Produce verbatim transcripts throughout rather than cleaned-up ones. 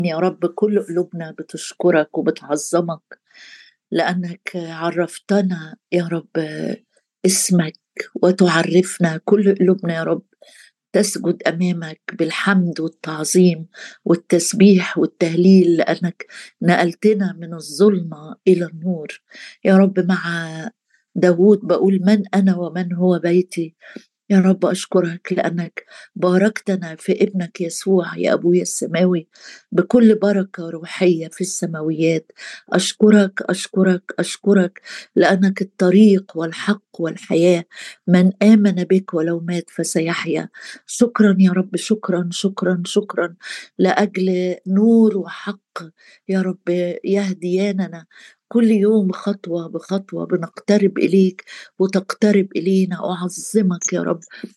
يا رب كل قلوبنا بتشكرك وبتعظمك لأنك عرفتنا يا رب اسمك، وتعرفنا كل قلوبنا يا رب تسجد أمامك بالحمد والتعظيم والتسبيح والتهليل، لأنك نقلتنا من الظلمة إلى النور يا رب. مع داود بقول: من أنا ومن هو بيتي؟ يا رب أشكرك لأنك باركتنا في ابنك يسوع يا أبويا السماوي بكل بركة روحية في السماويات. أشكرك أشكرك أشكرك لأنك الطريق والحق والحياة، من آمن بك ولو مات فسيحيا. شكرا يا رب، شكرا شكرا شكرا لأجل نور وحق يا رب يهدياننا كل يوم خطوة بخطوة بنقترب إليك وتقترب إلينا. أعظمك يا رب،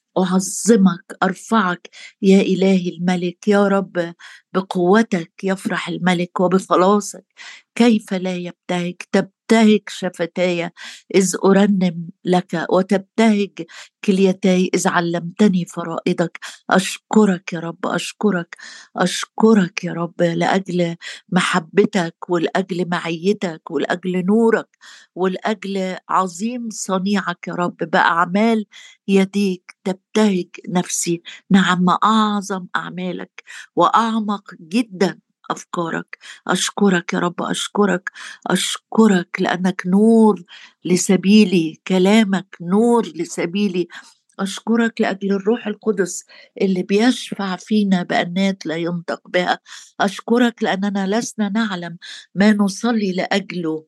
أعظمك أرفعك يا إلهي الملك يا رب. بقوتك يفرح الملك وبخلاصك كيف لا يبتهج. تبتهج شفتاي إذ أرنم لك، وتبتهج كليتي إذ علمتني فرائضك. أشكرك يا رب، أشكرك أشكرك يا رب لأجل محبتك ولأجل معيتك ولأجل نورك ولأجل عظيم صنيعك يا رب. بأعمال يديك تبتهج نفسي. نعم، أعظم أعمالك وأعمق جدا أفكارك. أشكرك يا رب، أشكرك أشكرك لأنك نور لسبيلي، كلامك نور لسبيلي. أشكرك لأجل الروح القدس اللي بيشفع فينا بأنات لا ينطق بها. أشكرك لأننا لسنا نعلم ما نصلي لأجله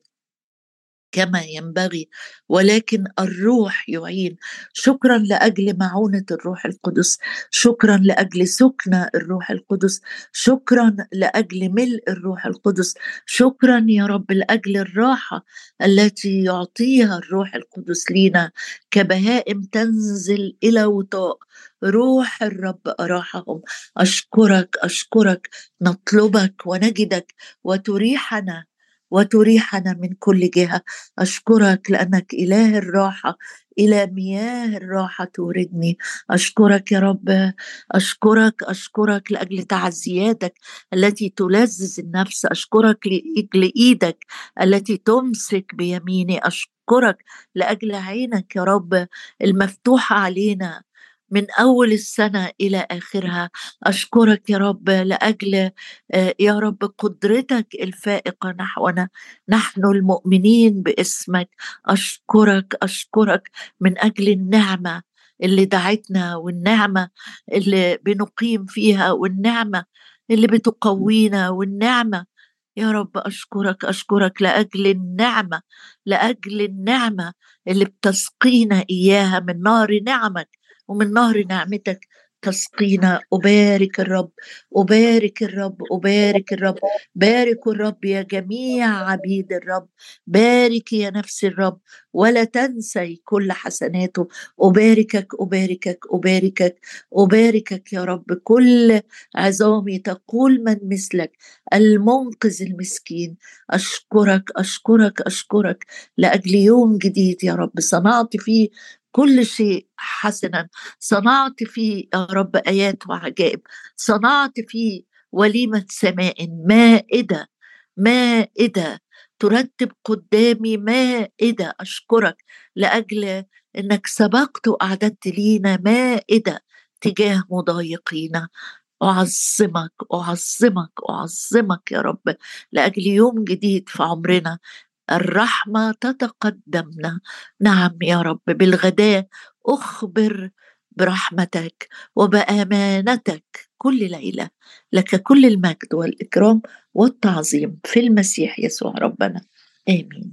كما ينبغي، ولكن الروح يعين. شكرا لأجل معونة الروح القدس، شكرا لأجل سكن الروح القدس، شكرا لأجل ملء الروح القدس، شكرا يا رب لأجل الراحة التي يعطيها الروح القدس لينا كبهائم تنزل إلى وطاء. روح الرب أراحهم. أشكرك أشكرك، نطلبك ونجدك وتريحنا وتريحنا من كل جهة. أشكرك لأنك إله الراحة، إلى مياه الراحة توردني. أشكرك يا رب، أشكرك أشكرك لأجل تعزياتك التي تلذذ النفس. أشكرك لأجل إيدك التي تمسك بيميني. أشكرك لأجل عينك يا رب المفتوحة علينا من أول السنة إلى آخرها. أشكرك يا رب لأجل آه، يا رب قدرتك الفائقة نحونا نحن المؤمنين باسمك. أشكرك أشكرك من أجل النعمة اللي دعتنا، والنعمة اللي بنقيم فيها، والنعمة اللي بتقوينا، والنعمة يا رب. أشكرك أشكرك لأجل النعمة، لأجل النعمة اللي بتسقينا إياها من نار نعمك ومن نهر نعمتك تسقينا. أبارك الرب، أبارك الرب، أبارك الرب. بارك الرب يا جميع عبيد الرب، بارك يا نفس الرب ولا تنسي كل حسناته. أباركك أباركك أباركك أباركك يا رب. كل عظامي تقول من مثلك المنقذ المسكين. أشكرك أشكرك أشكرك لأجل يوم جديد يا رب صنعت فيه كل شيء حسنا. صنعت فيه يا رب آيات وعجائب، صنعت فيه وليمة سماء، مائدة مائدة ترتب قدامي مائدة. أشكرك لأجل أنك سبقت وأعددت لينا مائدة تجاه مضايقين. أعظمك أعظمك أعظمك يا رب لأجل يوم جديد في عمرنا. الرحمة تتقدمنا. نعم يا رب، بالغداء أخبر برحمتك وبأمانتك كل ليلة. لك كل المجد والإكرام والتعظيم في المسيح يسوع ربنا، آمين.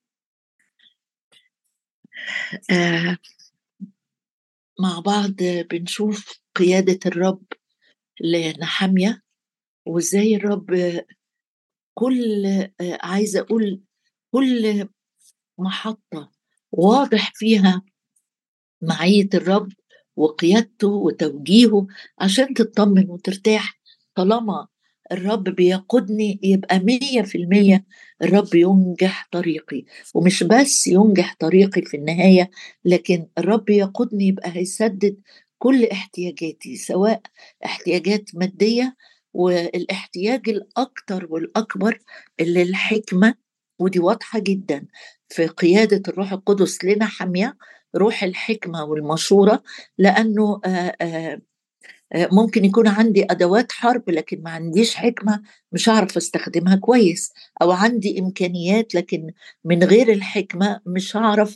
آه مع بعض بنشوف قيادة الرب لنحمية، وإزاي الرب كل آه، عايزة أقول كل محطة واضح فيها معية الرب وقيادته وتوجيهه عشان تطمن وترتاح. طالما الرب بيقودني يبقى مية في المية الرب ينجح طريقي. ومش بس ينجح طريقي في النهاية، لكن الرب يقودني يبقى هيسدد كل احتياجاتي، سواء احتياجات مادية والاحتياج الأكتر والأكبر للحكمة، ودي واضحة جدا في قيادة الروح القدس لنا حامية، روح الحكمة والمشورة. لأنه آآ آآ آآ ممكن يكون عندي أدوات حرب لكن ما عنديش حكمة، مش هاعرف أستخدمها كويس، أو عندي إمكانيات لكن من غير الحكمة مش هاعرف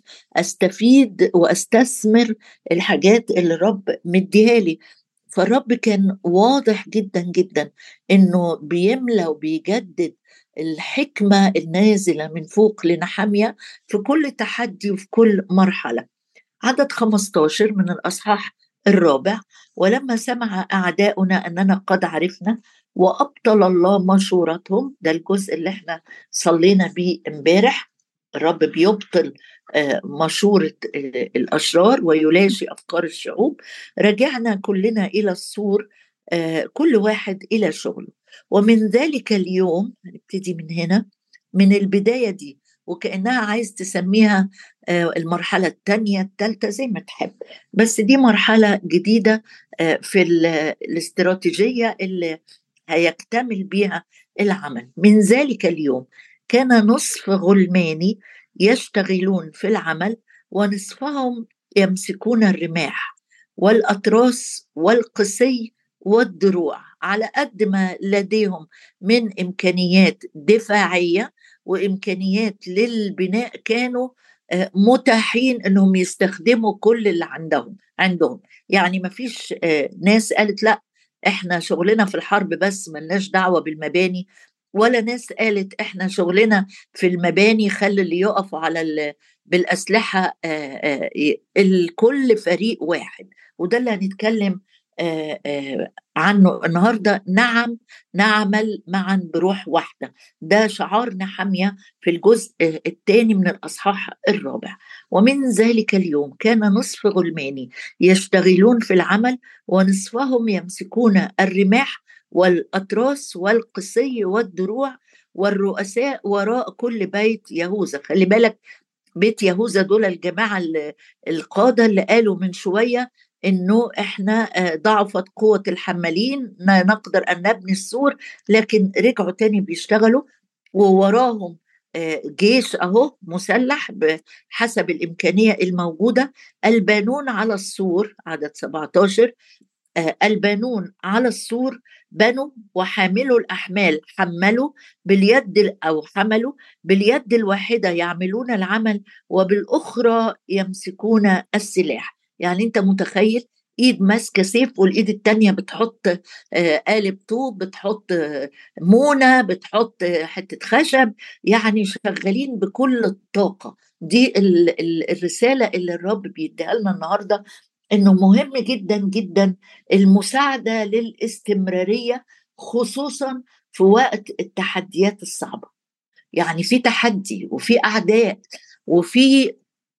أستفيد وأستثمر الحاجات اللي الرب مديها لي. فالرب كان واضح جدًا، جدًا إنه بيملى وبيجدد الحكمة النازلة من فوق لنحميا في كل تحدي وفي كل مرحلة. عدد خمستاشر من الأصحاح الرابع: ولما سمع أعداؤنا أننا قد عرفنا وأبطل الله مشورتهم، ده الجزء اللي احنا صلينا بيه امبارح، الرب بيبطل آه، مشورة آه، الأشرار ويلاشي أفكار الشعوب. رجعنا كلنا إلى السور، آه، كل واحد إلى شغله. ومن ذلك اليوم هنبتدي من هنا، من البداية دي، وكأنها عايز تسميها آه، المرحلة الثانية الثالثة زي ما تحب، بس دي مرحلة جديدة آه، في ال- الاستراتيجية اللي هيكتمل بها العمل. من ذلك اليوم كان نصف غلماني يشتغلون في العمل، ونصفهم يمسكون الرماح والأتراس والقسي والدروع، على قد ما لديهم من إمكانيات دفاعية وإمكانيات للبناء كانوا آه، متاحين أنهم يستخدموا كل اللي عندهم عندهم يعني ما فيش آه، ناس قالت لا احنا شغلنا في الحرب بس ملناش دعوة بالمباني، ولا ناس قالت احنا شغلنا في المباني خلي اللي يقفوا على ال- بالأسلحة. آه، آه، الكل فريق واحد، وده اللي هنتكلم آه، آه، عنه النهاردة. نعم، نعمل معا بروح واحدة، ده شعار نحمية في الجزء الثاني من الأصحاح الرابع. ومن ذلك اليوم كان نصف غلماني يشتغلون في العمل، ونصفهم يمسكون الرماح والأتراس والقسي والدروع، والرؤساء وراء كل بيت يهوذا. خلي بالك، بيت يهوذا دول الجماعة ال- القادة اللي قالوا من شوية إنه إحنا آه، ضعفت قوة الحمالين ن- نقدر أن نبني السور، لكن رجعوا تاني بيشتغلوا ووراهم آه، جيش أهو مسلح بحسب الإمكانية الموجودة. البانون على السور، عدد سبعتاشر: آه، البانون على السور بنوا، وحاملوا الأحمال حملوا باليد ال- أو حملوا باليد الواحدة يعملون العمل، وبالأخرى يمسكون السلاح. يعني أنت متخيل ايد ماسكه سيف والايد التانية بتحط آه، قالب طوب، بتحط آه، مونة، بتحط آه، حتة خشب، يعني شغالين بكل الطاقة دي. ال- ال- الرسالة اللي الرب بيديها لنا النهاردة انه مهم جدا جدا المساعدة للاستمرارية، خصوصا في وقت التحديات الصعبة. يعني في تحدي وفي أعداء وفي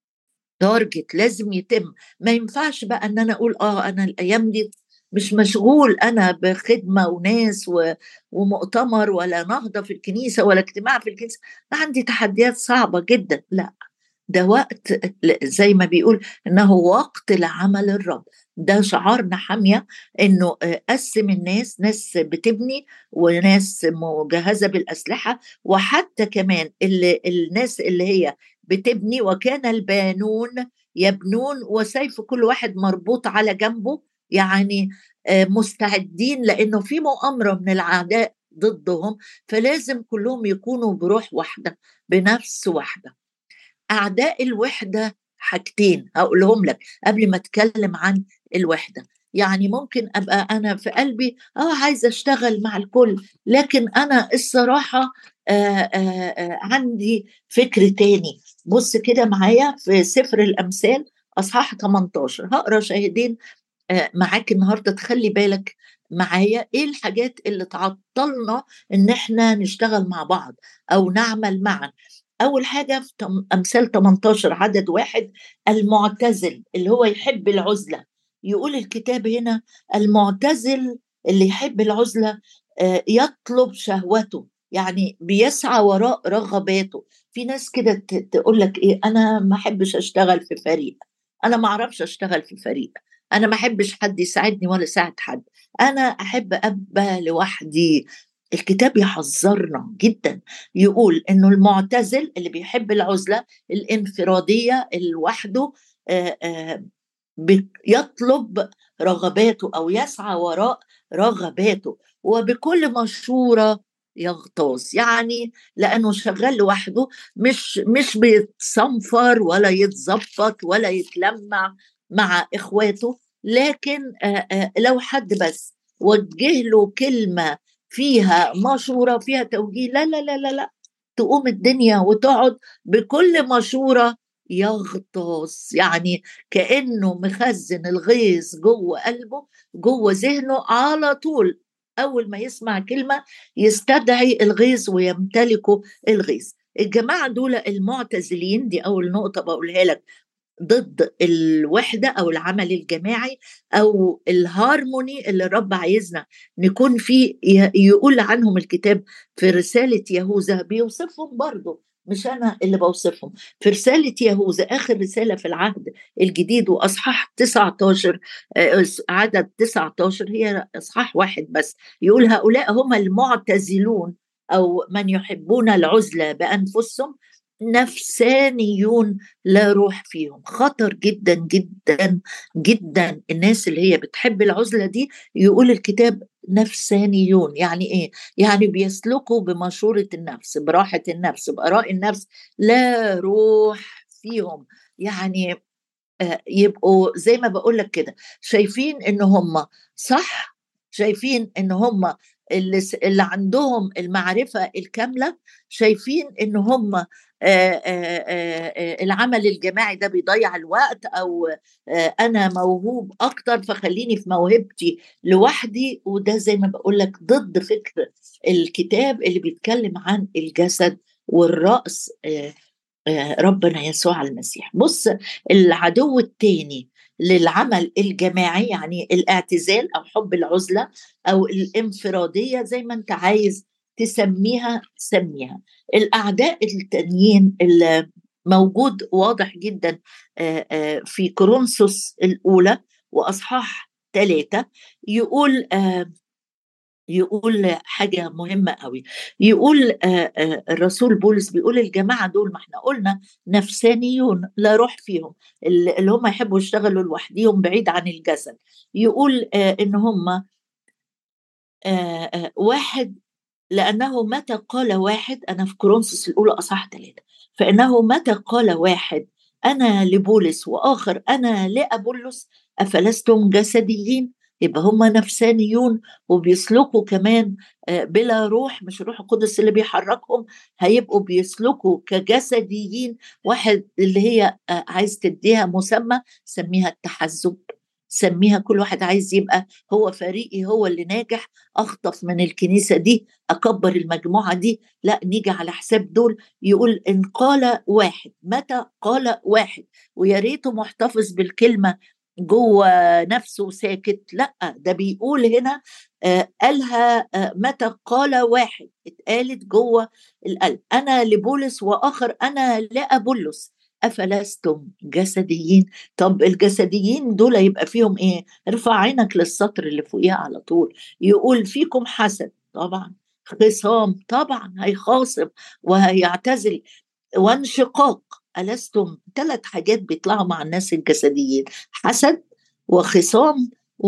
تارجت لازم يتم. ما ينفعش بقى ان انا اقول اه انا الايام دي مش مشغول انا بخدمة وناس و... ومؤتمر ولا نهضة في الكنيسة ولا اجتماع في الكنيسة، عندي تحديات صعبة جدا. لا، ده وقت، زي ما بيقول انه وقت لعمل الرب. ده شعارنا حامية، انه آه، قسم الناس، ناس بتبني وناس مجهزة بالأسلحة، وحتى كمان اللي الناس اللي هي بتبني، وكان البانون يبنون وسيف كل واحد مربوط على جنبه، يعني آه، مستعدين لأنه في مؤامرة من الأعداء ضدهم، فلازم كلهم يكونوا بروح واحدة بنفس واحدة. أعداء الوحدة حاجتين هقولهم لك قبل ما أتكلم عن الوحدة. يعني ممكن أبقى أنا في قلبي آه عايزة أشتغل مع الكل، لكن أنا الصراحة آه آه آه عندي فكر تاني. بص كده معايا في سفر الأمثال أصحاح تمنتاشر، هقرأ شاهدين آه معاك النهاردة. تخلي بالك معايا إيه الحاجات اللي تعطلنا إن إحنا نشتغل مع بعض أو نعمل معا. أول حاجة في تم- أمثال تمنتاشر عدد واحد: المعتزل اللي هو يحب العزلة. يقول الكتاب هنا المعتزل اللي يحب العزلة آه، يطلب شهوته، يعني بيسعى وراء رغباته. في ناس كده ت- تقول لك إيه، أنا ما أحبش أشتغل في فريق، أنا ما أعرفش أشتغل في فريق، أنا ما أحبش حد يساعدني ولا أساعد حد، أنا أحب أبقى لوحدي. الكتاب يحذرنا جدا، يقول إنه المعتزل اللي بيحب العزلة الانفرادية لوحده، آه، آه، يطلب رغباته أو يسعى وراء رغباته، وبكل مشورة يغتاظ، يعني لأنه شغال لوحده، مش مش بيتصنفر ولا يتظبط ولا يتلمع مع إخواته. لكن آه، آه، لو حد بس وجه له كلمة فيها مشورة فيها توجيه، لا لا لا لا لا، تقوم الدنيا وتقعد بكل مشورة يغطس، يعني كأنه مخزن الغيظ جوه قلبه جوه ذهنه على طول. أول ما يسمع كلمة يستدعي الغيظ ويمتلكه الغيظ. الجماعة دول المعتزلين، دي أول نقطة بقولها لك، ضد الوحدة أو العمل الجماعي أو الهارموني اللي الرب عايزنا نكون فيه. يقول عنهم الكتاب في رسالة يهوذا، بيوصفهم برضو، مش أنا اللي بوصفهم، في رسالة يهوذا آخر رسالة في العهد الجديد وأصحاح تسعة عشر، عدد تسعة عشر، هي أصحاح واحد بس، يقول هؤلاء هم المعتزلون أو من يحبون العزلة بأنفسهم، نفسانيون لا روح فيهم. خطر جدا جدا جدا الناس اللي هي بتحب العزلة دي. يقول الكتاب نفسانيون، يعني ايه؟ يعني بيسلكوا بمشورة النفس، براحة النفس، بآراء النفس، لا روح فيهم. يعني آه، يبقوا زي ما بقول لك كده، شايفين ان هم صح، شايفين ان هم اللي, اللي عندهم المعرفة الكاملة، شايفين ان هم آه، آه، آه، آه، العمل الجماعي ده بيضيع الوقت، او آه، انا موهوب اكتر فخليني في موهبتي لوحدي. وده زي ما بقول لك ضد فكر الكتاب اللي بيتكلم عن الجسد والرأس، آه، آه، ربنا يسوع المسيح. بص، العدو التاني للعمل الجماعي يعني الاعتزال أو حب العزلة أو الانفرادية، زي ما أنت عايز تسميها سميها. الأعداء التانيين اللي موجود واضح جدا آه، آه، في كورنثوس الأولى وأصحاح ثلاثة، يقول آه، يقول حاجة مهمة قوي. يقول آه، آه، الرسول بولس بيقول الجماعة دول، ما احنا قلنا نفسانيون لا روح فيهم، اللي اللي هم يحبوا يشتغلوا لوحديهم بعيد عن الجسد. يقول آه، ان هم آه، آه، واحد، لأنه متى قال واحد، أنا في كورنثوس الأولى أصحاح ثلاثة، فإنه متى قال واحد أنا لبولس وآخر أنا لأبولس أفلستم جسديين؟ يبقى هم نفسانيون وبيسلكوا كمان آه، بلا روح، مش الروح القدس اللي بيحركهم، هيبقوا بيسلكوا كجسديين. واحد اللي هي آه، عايز تديها مسمى، سميها التحزب، سميها كل واحد عايز يبقى هو فريقي، هو اللي ناجح، أخطف من الكنيسة دي، أكبر المجموعة دي، لا نيجي على حساب دول. يقول إن قال واحد، متى قال واحد، ويا ريته محتفظ بالكلمة جوه نفسه ساكت، لا ده بيقول هنا آه قالها آه متى قال واحد، اتقالت جوه القلب، أنا لبولس وآخر أنا لأبولس أفلستم جسديين. طب الجسديين دول يبقى فيهم إيه؟ ارفع عينك للسطر اللي فوقيها على طول، يقول فيكم حسد طبعا، خصام طبعا، هيخاصم وهيعتزل، وانشقاق. ألستم؟ ثلاث حاجات بيطلعوا مع الناس الجسديين: حسد وخصام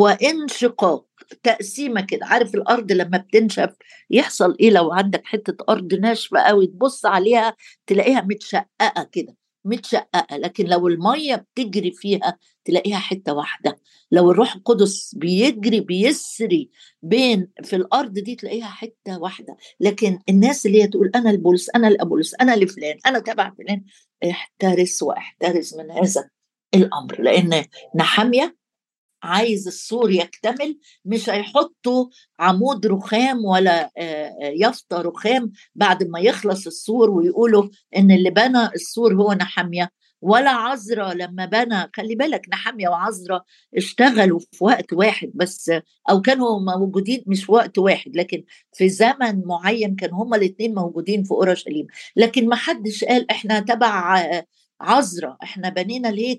وانشقاق. تقسيمة كده، عارف الأرض لما بتنشف يحصل إيه؟ لو عندك حتة أرض ناشفة قوي تبص عليها تلاقيها متشققة كده، متشققة، لكن لو المية بتجري فيها تلاقيها حتة واحدة. لو الروح القدس بيجري بيسري بين في الأرض دي تلاقيها حتة واحدة. لكن الناس اللي هي تقول انا البولس، انا الابولس، انا لفلان، انا تبع فلان، احترس واحترس من هذا الامر. لان نحمية عايز السور يكتمل، مش هيحطوا عمود رخام ولا يافطة رخام بعد ما يخلص السور ويقولوا ان اللي بنى السور هو نحمية. ولا عزرا لما بنى، خلي بالك نحمية وعزرا اشتغلوا في وقت واحد بس، او كانوا موجودين مش في وقت واحد لكن في زمن معين، كانوا هما الاثنين موجودين في اورشليم. لكن ما حدش قال احنا تبع عزرا، احنا بنينا الهيكل.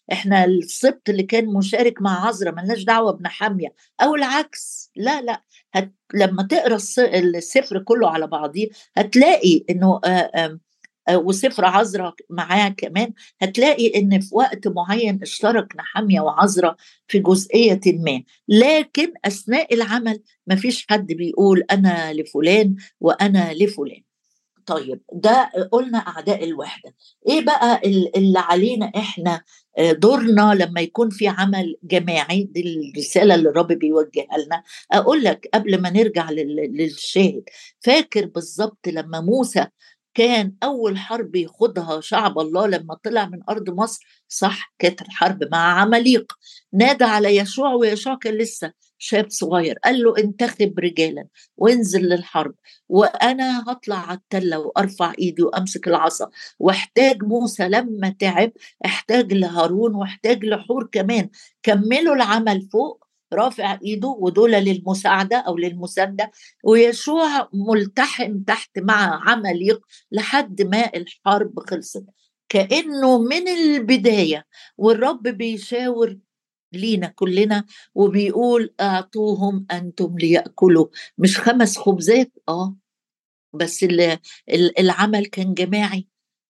احنا السبط اللي كان مشارك مع عذراء ملناش دعوة بنحامية أو العكس. لا لا، هت لما تقرأ السفر كله على بعضيه هتلاقي إنه آآ آآ وسفر عذراء معاه كمان، هتلاقي ان في وقت معين اشترك نحمية وعذراء في جزئية ما، لكن اثناء العمل مفيش حد بيقول انا لفلان وانا لفلان. طيب ده قلنا اعداء الوحدة. ايه بقى اللي علينا احنا دورنا لما يكون في عمل جماعي؟ دي الرسالة اللي الرب بيوجهها لنا. اقول لك قبل ما نرجع للشاهد، فاكر بالظبط لما موسى كان أول حرب يخوضها شعب الله لما طلع من أرض مصر؟ صح، كانت الحرب مع عماليق. نادى على يشوع، ويشوع كان لسه شاب صغير، قال له انتخب رجالا وانزل للحرب، وأنا هطلع على التلة وأرفع إيدي وأمسك العصا. واحتاج موسى لما تعب احتاج لهارون واحتاج لحور كمان، كملوا العمل فوق رافع ايده ودول للمساعده او للمسانده، ويشوع ملتحم تحت مع عماليق لحد ما الحرب خلصت. كأنه من البداية والرب بيشاور لينا كلنا وبيقول اعطوهم انتم ليأكلوا. مش خمس خبزات، اه بس العمل كان جماعي.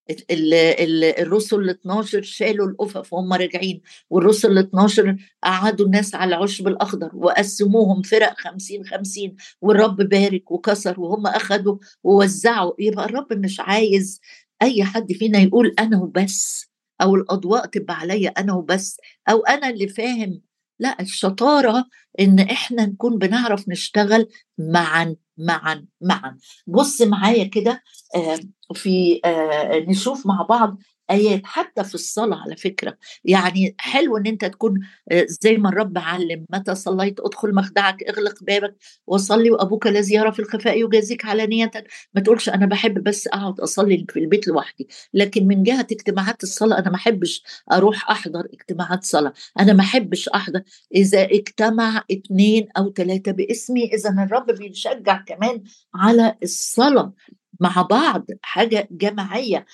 الرسل ال اتناشر شالوا الأفف وهم راجعين، والرسل ال اتناشر قعدوا الناس على العشب الأخضر وقسموهم فرق خمسين خمسين، والرب بارك وكسر وهم أخدوا ووزعوا. يبقى الرب مش عايز أي حد فينا يقول أنا وبس، أو الأضواء تبقى عليا أنا وبس، أو أنا اللي فاهم. لا، الشطارة إن إحنا نكون بنعرف نشتغل معا معا معا. بص معايا كده آه في آه نشوف مع بعض آيات حتى في الصلاة على فكرة. يعني حلو ان انت تكون آه زي ما الرب علم: متى صليت ادخل مخدعك اغلق بابك وصلي وابوك الذي يرى في الخفاء يجازيك علانية. ما تقولش انا بحب بس اقعد اصلي في البيت لوحدي، لكن من جهة اجتماعات الصلاة انا ما احبش اروح احضر اجتماعات صلاة. انا ما احبش احضر اذا اجتمع اتنين او ثلاثة باسمي. اذا الرب بيشجع كمان على الصلاة مع بعض، حاجة جماعية.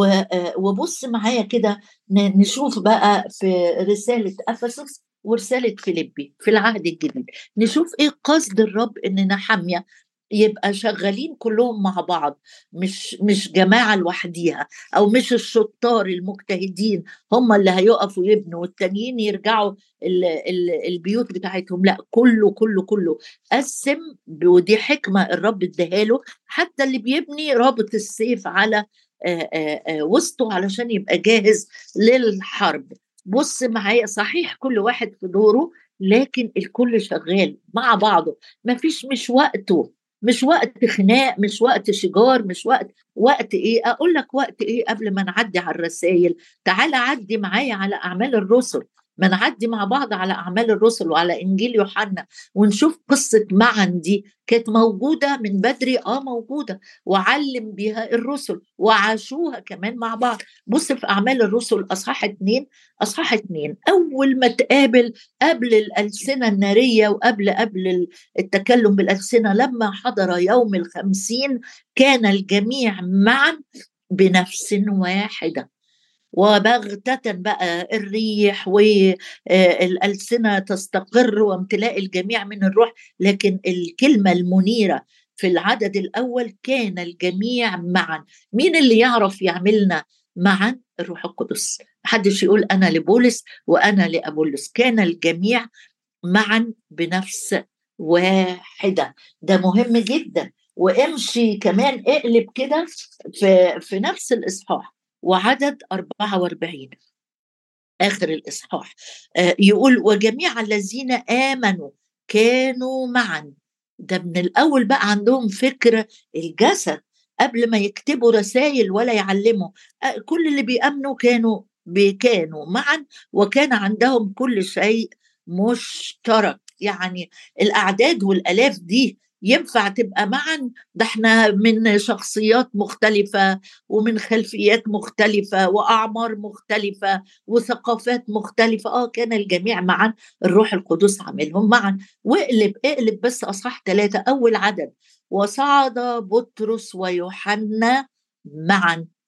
وبص معايا كده نشوف بقى في رسالة أفسس ورسالة فيليبي في العهد الجديد، نشوف ايه قصد الرب ان نحمية يبقى شغالين كلهم مع بعض، مش مش جماعة لوحديها، او مش الشطار المجتهدين هم اللي هيقفوا يبنوا والتانيين يرجعوا ال ال البيوت بتاعتهم. لا، كله كله كله قسم، ودي حكمة الرب اداها له. حتى اللي بيبني رابط السيف على آآ آآ وسطه علشان يبقى جاهز للحرب. بص معايا، صحيح كل واحد في دوره، لكن الكل شغال مع بعضه. مفيش مش وقته، مش وقت خناق، مش وقت شجار، مش وقت وقت ايه. اقول لك وقت ايه قبل ما نعدي على الرسائل؟ تعال عدي معايا على اعمال الرسل، ما نعدي مع بعض على أعمال الرسل وعلى إنجيل يوحنا ونشوف قصة معا دي كانت موجودة من بدري. آه موجودة، وعلم بها الرسل وعاشوها كمان مع بعض. بص في أعمال الرسل أصحاح اتنين، أصحاح اتنين أول ما تقابل قبل الألسنة النارية وقبل قبل التكلم بالألسنة، لما حضر يوم الخمسين كان الجميع معا بنفس واحدة. وبغتة بقى الريح والألسنة تستقر وامتلاء الجميع من الروح، لكن الكلمة المنيرة في العدد الأول كان الجميع معا. مين اللي يعرف يعملنا معا؟ الروح القدس. محدش يقول أنا لبولس وأنا لأبولس، كان الجميع معا بنفس واحدة. ده مهم جدا. وامشي كمان اقلب كده في, في نفس الإصحاح وعدد أربعة وأربعين آخر الإصحاح، آه يقول وجميع الذين آمنوا كانوا معا. ده من الأول بقى عندهم فكر الجسد قبل ما يكتبوا رسائل ولا يعلموا. آه كل اللي بيأمنوا كانوا كانوا معا، وكان عندهم كل شيء مشترك. يعني الأعداد والألاف دي ينفع تبقى معا؟ ده احنا من شخصيات مختلفة ومن خلفيات مختلفة وأعمار مختلفة وثقافات مختلفة. آه كان الجميع معا، الروح القدس عاملهم معا. واقلب اقلب بس أصحاح ثلاثة أول عدد: وصعد بطرس ويوحنا معا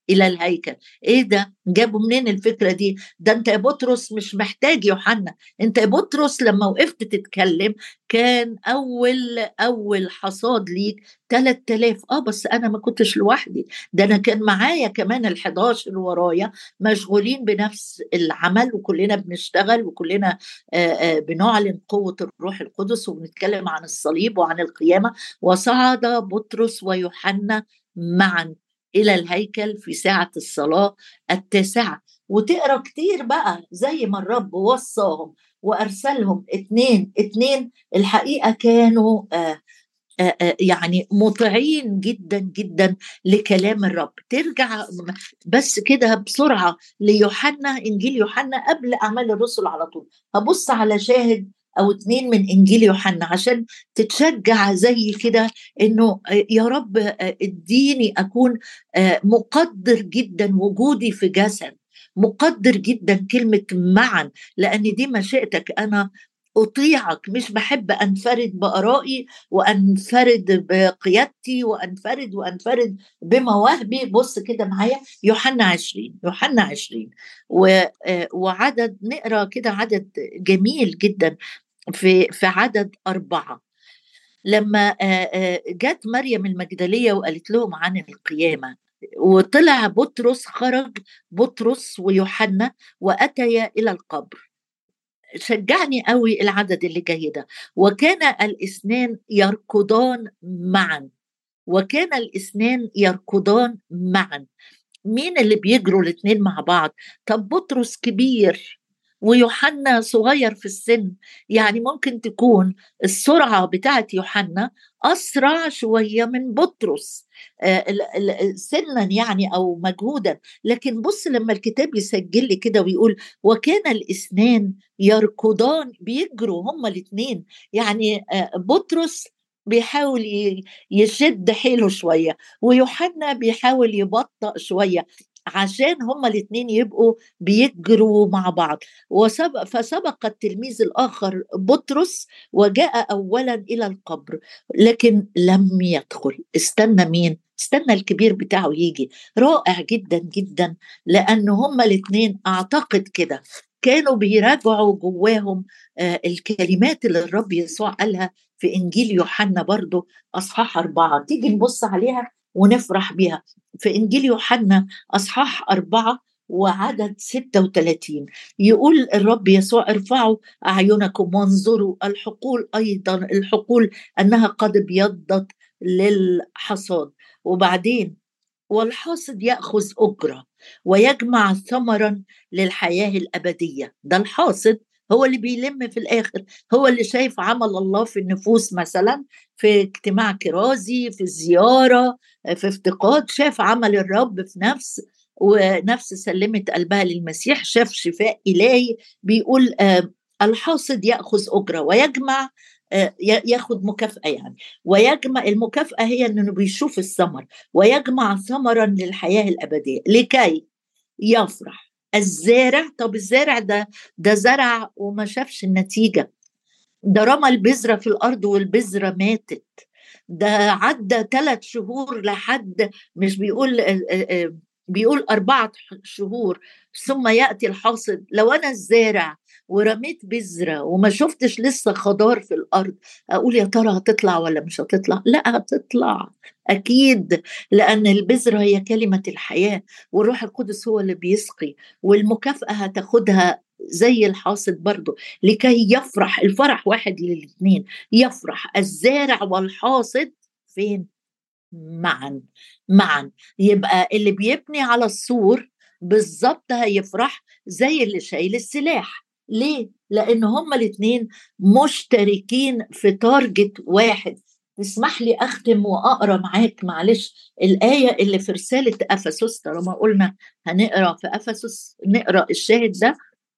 إلى الهيكل. إيه ده؟ جابوا منين الفكرة دي؟ ده أنت يا بطرس مش محتاج يوحنا، أنت يا بطرس لما وقفت تتكلم كان أول أول حصاد ليك ثلاثة آلاف. آه بس أنا ما كنتش لوحدي، ده أنا كان معايا كمان ال حداشر ورايا مشغولين بنفس العمل، وكلنا بنشتغل، وكلنا آآ آآ بنعلن قوة الروح القدس، وبنتكلم عن الصليب وعن القيامة. وصعد بطرس ويوحنا معا إلى الهيكل في ساعة الصلاة التاسعة. وتقرأ كتير بقى زي ما الرب وصاهم وأرسلهم اتنين اتنين. الحقيقة كانوا آه آه آه يعني مطيعين جدا جدا لكلام الرب. ترجع بس كده بسرعة ليوحنا، إنجيل يوحنا قبل أعمال الرسل على طول، هبص على شاهد أو اتنين من إنجيل يوحنا عشان تتشجع زي كده إنه يا رب اديني أكون مقدر جدا وجودي في جسد، مقدر جدا كلمة معا، لأن دي مشيئتك. أنا أطيعك، مش بحب أنفرد بآرائي وأنفرد بقيادتي وأنفرد وأنفرد بمواهبي. بص كده معايا يوحنا عشرين، يوحنا عشرين وعدد، نقرأ كده عدد جميل جدا في في عدد أربعة. لما جت مريم المجدلية وقالت لهم عن القيامة، وطلع بطرس، خرج بطرس ويوحنا وأتيا إلى القبر. شجعني قوي العدد اللي جاي ده. وكان الاثنان يركضان معا، وكان الاثنان يركضان معا. مين اللي بيجروا الاثنين مع بعض؟ طب بطرس كبير ويوحنا صغير في السن، يعني ممكن تكون السرعة بتاعت يوحنا أسرع شوية من بطرس آه سنا يعني أو مجهودا. لكن بص لما الكتاب يسجل لي كده ويقول وكان الاثنان يركضان، بيجروا هما الاثنين. يعني آه بطرس بيحاول يشد حيله شوية، ويوحنا بيحاول يبطأ شوية، عشان هما الاثنين يبقوا بيجروا مع بعض. وسبق فسبق التلميذ الآخر بطرس وجاء أولا إلى القبر لكن لم يدخل. استنى مين؟ استنى الكبير بتاعه يجي. رائع جدا جدا، لأن هما الاثنين أعتقد كده كانوا بيراجعوا جواهم آه الكلمات اللي الرب يسوع قالها في إنجيل يوحنا برضو أصحاح أربعة. تيجي نبص عليها ونفرح بها. في إنجيل يوحنا أصحاح أربعة وعدد ستة وثلاثين يقول الرب يسوع ارفعوا أعينكم وانظروا الحقول، أيضا الحقول أنها قد ابيضت للحصاد. وبعدين والحاصد يأخذ أجرة ويجمع ثمرا للحياة الأبدية. ده الحاصد هو اللي بيلم في الآخر، هو اللي شايف عمل الله في النفوس، مثلا في اجتماع كرازي، في زيارة، في افتقاد، شاف عمل الرب في نفس، ونفس سلمت قلبها للمسيح، شاف شفاء إلهي. بيقول آه الحاصد يأخذ أجرة ويجمع آه ياخد مكافأة، يعني ويجمع المكافأة هي أنه بيشوف الثمر، ويجمع ثمرا للحياة الأبدية لكي يفرح الزارع. طب الزارع ده ده زرع وما شافش النتيجة، ده رمى البذرة في الأرض والبذرة ماتت، ده عدى ثلاث شهور لحد، مش بيقول بيقول أربعة شهور ثم يأتي الحاصد. لو أنا الزارع ورميت بذرة وما شفتش لسه خضار في الأرض، أقول يا ترى هتطلع ولا مش هتطلع؟ لا هتطلع أكيد، لأن البذرة هي كلمة الحياة، والروح القدس هو اللي بيسقي، والمكافأة هتاخدها زي الحاصد برضو. لكي يفرح، الفرح واحد للاثنين، يفرح الزارع والحاصد فين؟ معا معا. يبقى اللي بيبني على السور بالظبط هيفرح زي اللي شايل السلاح. ليه؟ لأن هما الاثنين مشتركين في تارجت واحد. تسمح لي أختم وأقرأ معاك معلش الآية اللي في رسالة أفسس، طالما قلنا هنقرأ في أفسس نقرأ الشاهد ده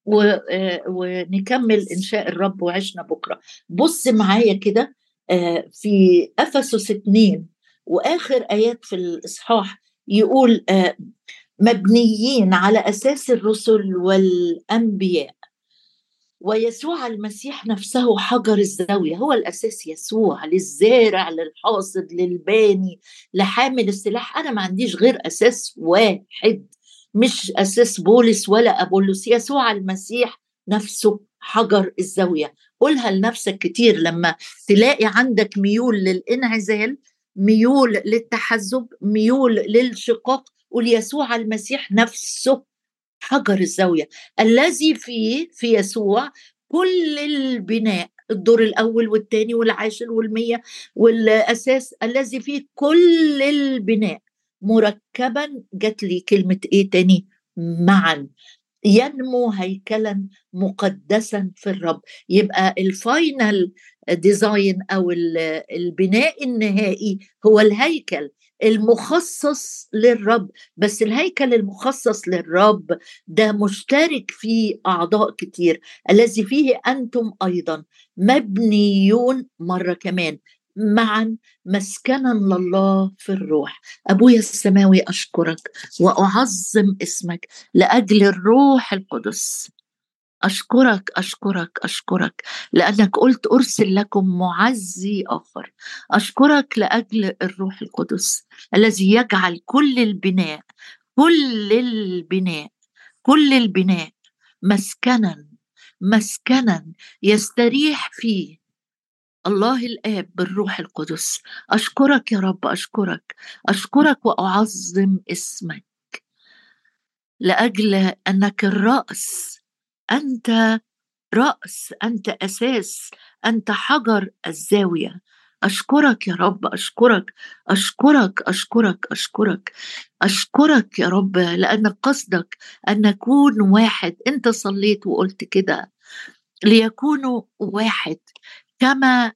ونكمل إنشاء الرب وعشنا بكرة. بص معايا كده في أفسس اتنين وآخر آيات في الإصحاح، يقول مبنيين على أساس الرسل والأنبياء ويسوع المسيح نفسه حجر الزاوية، هو الأساس. يسوع للزارع للحاصد للباني لحامل السلاح. أنا ما عنديش غير أساس واحد، مش أساس بولس ولا أبولس، يسوع المسيح نفسه حجر الزاوية. قولها لنفسك كتير لما تلاقي عندك ميول للانعزال، ميول للتحزب، ميول للشقاق، قول يسوع المسيح نفسه حجر الزاوية، الذي فيه في يسوع كل البناء، الدور الأول والثاني والعاشر والمية والأساس، الذي فيه كل البناء مركبا. جات لي كلمة إيه تاني؟ معا، ينمو هيكلا مقدسا في الرب. يبقى الفاينل ديزاين او البناء النهائي هو الهيكل المخصص للرب. بس الهيكل المخصص للرب ده مشترك فيه اعضاء كتير، الذي فيه انتم ايضا مبنيون مره كمان معا مسكنا لله في الروح. ابويا السماوي اشكرك واعظم اسمك لأجل الروح القدس. أشكرك أشكرك أشكرك لأنك قلت أرسل لكم معزي آخر. أشكرك لأجل الروح القدس الذي يجعل كل البناء، كل البناء، كل البناء مسكنا، مسكنا يستريح فيه الله الآب بالروح القدس. أشكرك يا رب، أشكرك أشكرك وأعظم اسمك لأجل أنك الرأس. أنت رأس، أنت أساس، أنت حجر الزاوية. أشكرك يا رب، أشكرك أشكرك أشكرك أشكرك أشكرك يا رب لأن قصدك أن نكون واحد. أنت صليت وقلت كده ليكونوا واحد كما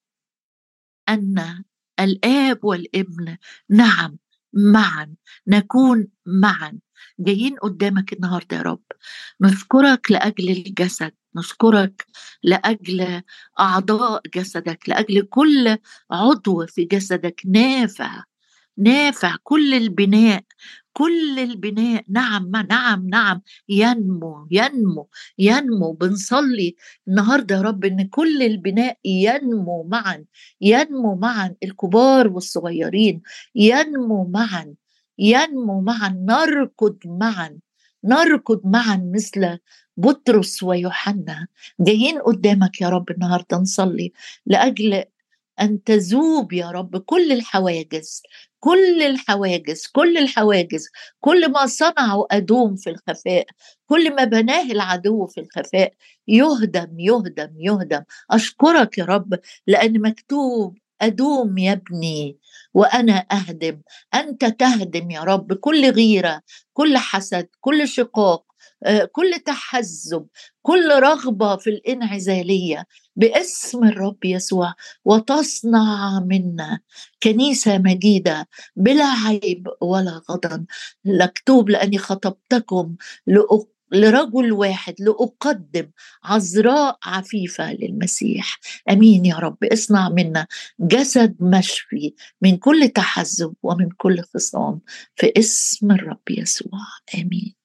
أن الآب والابن نعم معا، نكون معا. جايين قدامك النهاردة يا رب نشكرك لأجل الجسد، نشكرك لأجل أعضاء جسدك، لأجل كل عضو في جسدك نافع، نافع كل البناء، كل البناء. نعم نعم نعم، ينمو ينمو ينمو. بنصلي النهارده يا رب ان كل البناء ينمو معا، ينمو معا، الكبار والصغيرين ينمو معا، ينمو معا. نركض معا، نركض معا مثل بطرس ويوحنا. جايين قدامك يا رب النهارده نصلي لأجل أن تذوب يا رب كل الحواجز، كل الحواجز، كل الحواجز، كل ما صنعوا أدوم في الخفاء، كل ما بناه العدو في الخفاء يهدم يهدم يهدم. أشكرك يا رب لأن مكتوب أدوم يبني وأنا أهدم. أنت تهدم يا رب كل غيرة، كل حسد، كل شقاق، آه، كل تحزب، كل رغبة في الانعزالية باسم الرب يسوع. وتصنع منا كنيسة مجيدة بلا عيب ولا غضن. مكتوب لأني خطبتكم لأ لرجل واحد لأقدم عذراء عفيفة للمسيح. أمين يا رب. اصنع منا جسد مشفي من كل تحزب ومن كل خصام في اسم الرب يسوع. آمين.